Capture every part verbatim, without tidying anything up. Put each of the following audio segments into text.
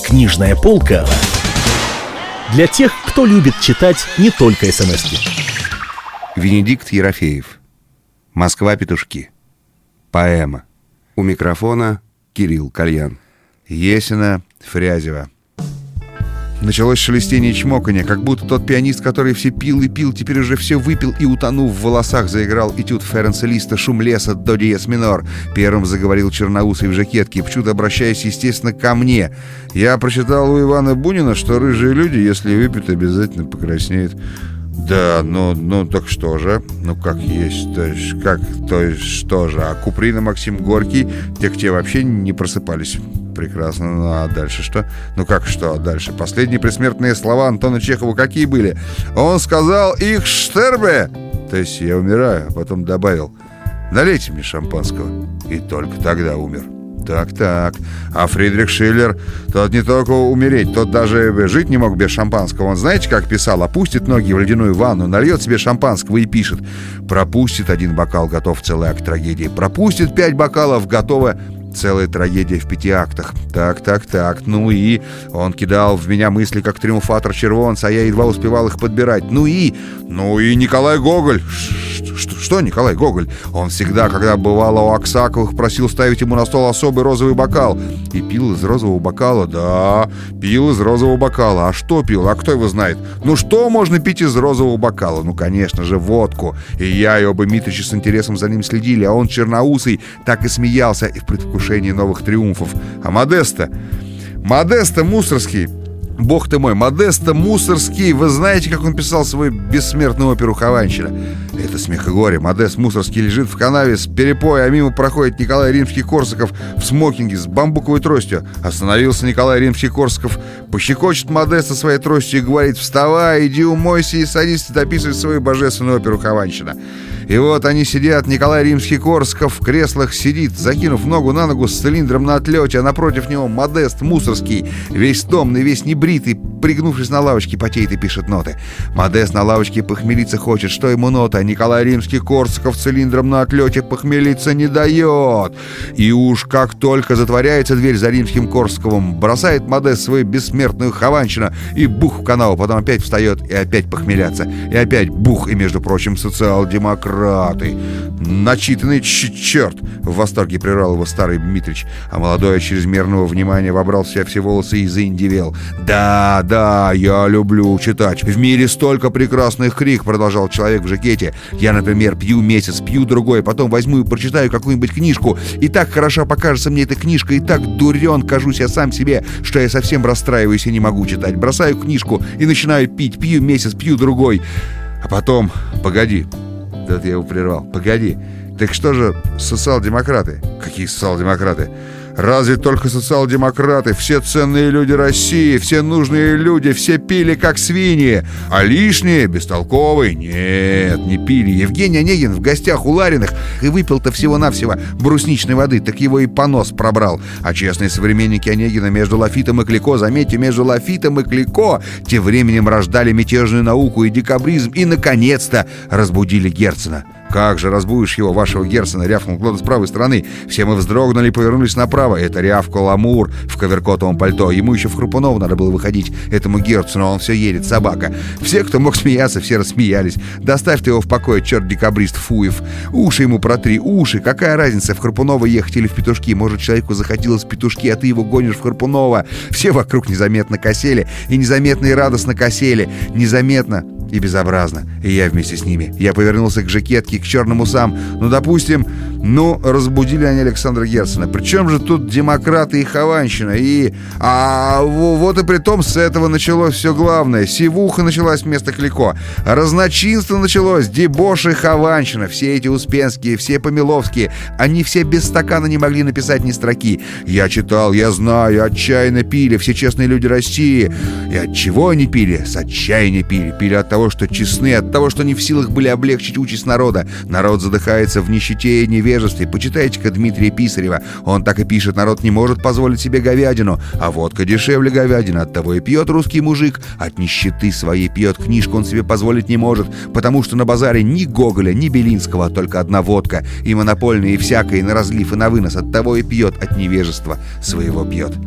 Книжная полка для тех, кто любит читать не только смс-ки. Венедикт Ерофеев. «Москва-петушки». Поэма. У микрофона Кирилл Кальян. Есина, Фрязева. Началось шелестение и чмоканье, как будто тот пианист, который все пил и пил, теперь уже все выпил и, утонув в волосах, заиграл этюд Ференца Листа «Шум леса» до диез минор. Первым заговорил черноусый в жакетке, почему-то обращаясь, естественно, ко мне. Я прочитал у Ивана Бунина, что рыжие люди, если выпьют, обязательно покраснеют. Да, ну, ну так что же? Ну как есть, то есть, как, то есть что же? А Куприн и Максим Горький, те, те вообще не просыпались. Прекрасно, ну а дальше что? Ну как что дальше? Последние предсмертные слова Антона Чехова какие были? Он сказал «Их штербе!» То есть я умираю, а потом добавил «Налейте мне шампанского». И только тогда умер. Так-так. А Фридрих Шиллер, тот не только умереть, тот даже жить не мог без шампанского. Он знаете, как писал? Опустит ноги в ледяную ванну, нальет себе шампанского и пишет: пропустит один бокал, готов целый акт трагедии. Пропустит пять бокалов, готова целая трагедия в пяти актах. Так, так, так. Ну и он кидал в меня мысли, как триумфатор червонца, а я едва успевал их подбирать. Ну и... Ну и Николай Гоголь. Что, что Николай Гоголь? Он всегда, когда бывало у Аксаковых, просил ставить ему на стол особый розовый бокал. И пил из розового бокала. Да, пил из розового бокала. А что пил? А кто его знает? Ну что можно пить из розового бокала? Ну, конечно же, водку. И я, и оба Митрича с интересом за ним следили. А он, черноусый, так и смеялся и в предвкушении новых триумфов. А Модеста? Модеста Мусорский. Бог ты мой, Модеста Мусорский. Вы знаете, как он писал свою бессмертную оперу «Хованщина»? Это смех и горе. Модест Мусорский лежит в канаве с перепоя, а мимо проходит Николай Римский-Корсаков в смокинге с бамбуковой тростью. Остановился Николай Римский-Корсаков, пощекочет Модеста своей тростью и говорит: вставай, иди умойся и садись дописывать свою божественную оперу «Хованщина». И вот они сидят, Николай Римский-Корсаков в креслах сидит, закинув ногу на ногу с цилиндром на отлете, а напротив него Модест Мусорский, весь томный, весь небритый, пригнувшись на лавочке, потеет и пишет ноты. Модест на лавочке похмелиться хочет, что ему нота, а Николай Римский-Корсаков цилиндром на отлете похмелиться не дает. И уж как только затворяется дверь за Римским-Корсаковым, бросает Модест свою бессмертную Хованщину и бух в канаву, потом опять встает и опять похмеляться, и опять бух, и, между прочим, социал-демократ. Начитанный черт! В восторге прервал его старый Митрич, а молодой от чрезмерного внимания вобрал в себя все волосы и заиндевел. «Да, да, я люблю читать. В мире столько прекрасных книг», — продолжал человек в жакете. «Я, например, пью месяц, пью другой, потом возьму и прочитаю какую-нибудь книжку, и так хорошо покажется мне эта книжка, и так дурен кажусь я сам себе, что я совсем расстраиваюсь и не могу читать. Бросаю книжку и начинаю пить, пью месяц, пью другой. А потом... Погоди». Тут я его прервал. «Погоди, так что же социал-демократы?» «Какие социал-демократы? Разве только социал-демократы? Все ценные люди России, все нужные люди, все пили как свиньи. А лишние, бестолковые, нет, не пили. Евгений Онегин в гостях у Лариных и выпил-то всего-навсего брусничной воды, так его и понос пробрал. А честные современники Онегина между Лафитом и Клико, заметьте, между Лафитом и Клико, тем временем рождали мятежную науку и декабризм, и, наконец-то, разбудили Герцена. «Как же разбудишь его, вашего Герцена?» — рявкнул кто-то с правой стороны. Все мы вздрогнули и повернулись направо. Это рявкал Амур в коверкотовом пальто. Ему еще в Храпунова надо было выходить, этому Герцену, он все едет, собака. Все, кто мог смеяться, все рассмеялись. «Доставь ты его в покое, черт декабрист Фуев. Уши ему протри, уши. Какая разница, в Храпунова ехать или в Петушки? Может, человеку захотелось в Петушки, а ты его гонишь в Храпунова». Все вокруг незаметно косели, и незаметно и радостно косели. Незаметно и безобразно. И я вместе с ними. Я повернулся к жакетке, к черным усам. Ну, допустим, ну, разбудили они Александра Герцена. Причем же тут демократы и Хованщина. И... А вот и при том с этого началось все главное. Сивуха началась вместо Клико. Разночинство началось. Дебош и Хованщина. Все эти Успенские, все Помиловские. Они все без стакана не могли написать ни строки. Я читал, я знаю, отчаянно пили. Все честные люди России. И от чего они пили? С отчаяния пили. Пили от того, что честны, от того, что не в силах были облегчить участь народа. Народ задыхается в нищете и невежестве. Почитайте-ка Дмитрия Писарева. Он так и пишет: народ не может позволить себе говядину, а водка дешевле говядины. Оттого и пьет русский мужик. От нищеты своей пьет, книжку он себе позволить не может, потому что на базаре ни Гоголя, ни Белинского, а только одна водка. И монопольная, и всякая, и на разлив, и на вынос. Оттого и пьет, от невежества своего пьет.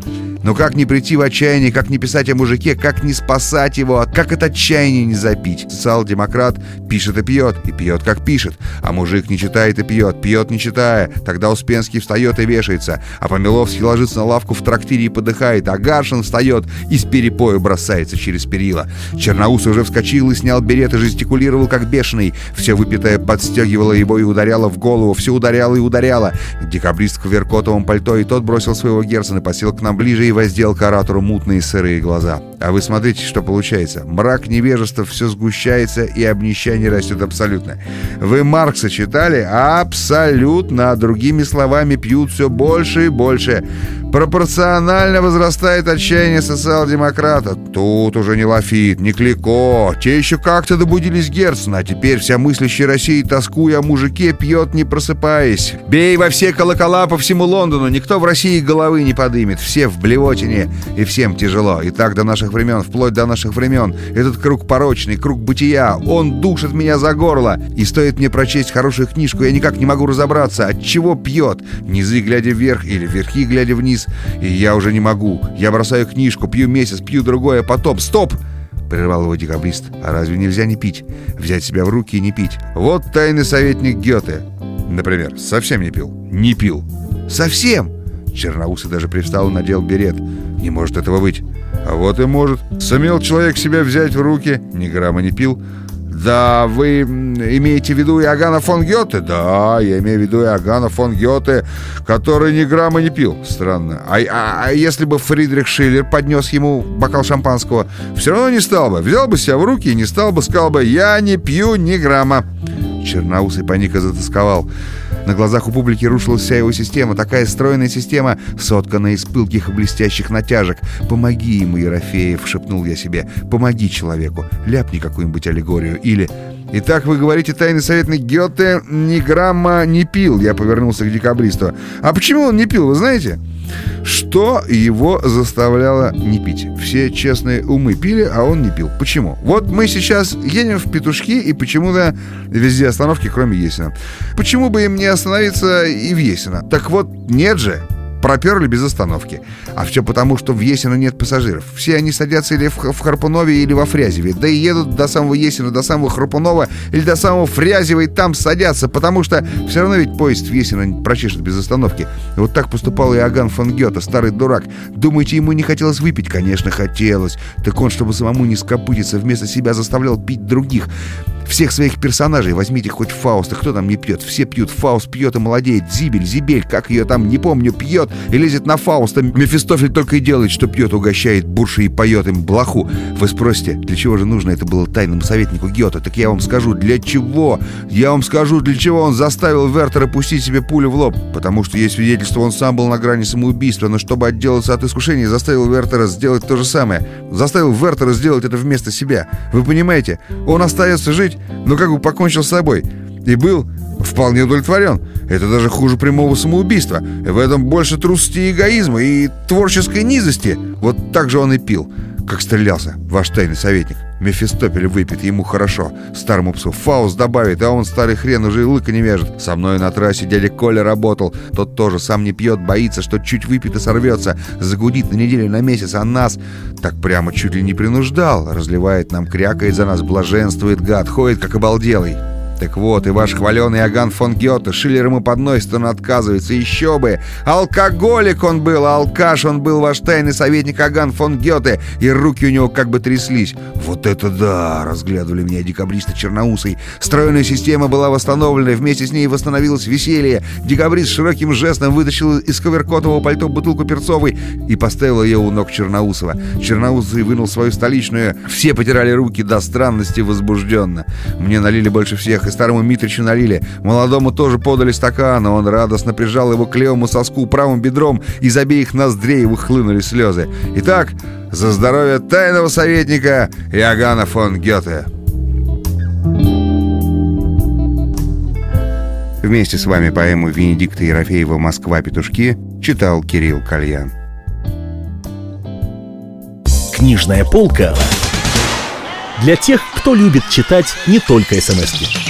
Но как не прийти в отчаяние, как не писать о мужике, как не спасать его, как от отчаяния не запить? Социал-демократ пишет и пьет, и пьет, как пишет. А мужик не читает и пьет, пьет не читая. Тогда Успенский встает и вешается, а Помиловский ложится на лавку в трактире и подыхает, а Гаршин встает и с перепою бросается через перила. Черноусый уже вскочил и снял берет и жестикулировал, как бешеный. Все выпитое подстегивало его и ударяло в голову, все ударяло и ударяло. Декабрист в веркотовом пальто, и тот бросил своего Герцена, посел к нам ближе и воздел к оратору мутные сырые глаза. А вы смотрите, что получается. Мрак невежества все сгущается, и обнищание растет абсолютно. Вы Маркса читали? Абсолютно. Другими словами, пьют все больше и больше. Пропорционально возрастает отчаяние социал-демократа. Тут уже не Лафит, не Клико. Те еще как-то добудились Герцена, а теперь вся мыслящая Россия, тоскуя о мужике, пьет, не просыпаясь. Бей во все колокола по всему Лондону, никто в России головы не подымет. Все в блевотине, и всем тяжело. И так до наших времен, вплоть до наших времен. Этот круг порочный, круг бытия, он душит меня за горло. И стоит мне прочесть хорошую книжку, я никак не могу разобраться, от чего пьет. Низы глядя вверх или верхи глядя вниз. И я уже не могу. Я бросаю книжку, пью месяц, пью другое, а потом... Стоп! Прервал его декабрист. А разве нельзя не пить? Взять себя в руки и не пить. Вот тайный советник Гёте, например, совсем не пил. Не пил. Совсем? Черноусый даже привстал и надел берет. Не может этого быть. А вот и может. Сумел человек себя взять в руки, ни грамма не пил. Да, вы имеете в виду Иоганна фон Гёте? Да, я имею в виду Иоганна фон Гёте, который ни грамма не пил. Странно. А, а, а если бы Фридрих Шиллер поднес ему бокал шампанского, все равно не стал бы. Взял бы себя в руки и не стал бы, сказал бы: «Я не пью ни грамма». Черноусый паника затасковал. На глазах у публики рушилась вся его система. Такая стройная система, сотканная из пылких и блестящих натяжек. «Помоги ему, Ерофеев», — шепнул я себе. «Помоги человеку. Ляпни какую-нибудь аллегорию». Или... «Итак, вы говорите, тайный советник Гёте ни грамма не пил», — я повернулся к декабристу. «А почему он не пил, вы знаете?» Что его заставляло не пить? Все честные умы пили, а он не пил. Почему? Вот мы сейчас едем в Петушки, и почему-то везде остановки, кроме Есина. Почему бы им не остановиться и в Есино? Так вот, нет же. Проперли без остановки. А все потому, что в Есино нет пассажиров. Все они садятся или в, в Харпунове, или во Фрязеве. Да и едут до самого Есина, до самого Харпунова или до самого Фрязева, и там садятся, потому что все равно ведь поезд в Есино прочешет без остановки. И вот так поступал Иоганн фон Гёте, старый дурак. Думаете, ему не хотелось выпить? Конечно, хотелось. Так он, чтобы самому не скопытиться, вместо себя заставлял пить других. Всех своих персонажей, возьмите хоть Фауста, кто там не пьет? Все пьют, Фауст пьет и молодеет. Зибель, Зибель, как ее там, не помню, пьет и лезет на Фауста. Мефистофель только и делает, что пьет, угощает бурши и поет им блоху. Вы спросите, для чего же нужно это было тайному советнику Гёте? Так я вам скажу, для чего? Я вам скажу, для чего он заставил Вертера пустить себе пулю в лоб. Потому что есть свидетельство, он сам был на грани самоубийства, но чтобы отделаться от искушения, заставил Вертера сделать то же самое. Заставил Вертера сделать это вместо себя. Вы понимаете? Он остается жить, но как бы покончил с собой. И был вполне удовлетворен. Это даже хуже прямого самоубийства. В этом больше трусости и эгоизма, и творческой низости. Вот так же он и пил, как стрелялся ваш тайный советник. Мефистофель выпьет, ему хорошо. Старому псу Фауст добавит, а он, старый хрен, уже и лыка не вяжет. Со мной на трассе дядя Коля работал. Тот тоже сам не пьет, боится, что чуть выпьет и сорвется. Загудит на неделю, на месяц, а нас так прямо чуть ли не принуждал. Разливает нам, крякает за нас, блаженствует, гад, ходит как обалделый. Так вот, и ваш хваленый Иоганн фон Гёте Шиллер ему подносит, он отказывается. Еще бы! Алкоголик он был, алкаш он был, ваш тайный советник Иоганн фон Гёте, и руки у него как бы тряслись. Вот это да! Разглядывали меня декабристы черноусый. Стройная система была восстановлена, вместе с ней восстановилось веселье. Декабрист широким жестом вытащил из коверкотового пальто бутылку перцовой и поставил ее у ног Черноусова. Черноусый вынул свою столичную. Все потирали руки до странности возбужденно. Мне налили больше всех, и старому Митричу налили. Молодому тоже подали стакан, а он радостно прижал его к левому соску правым бедром, из обеих ноздрей выхлынули слезы. Итак, за здоровье тайного советника Иоганна фон Гёте. Вместе с вами поэму Венедикта Ерофеева «Москва. Петушки» читал Кирилл Кальян. Книжная полка для тех, кто любит читать не только эс эм эски.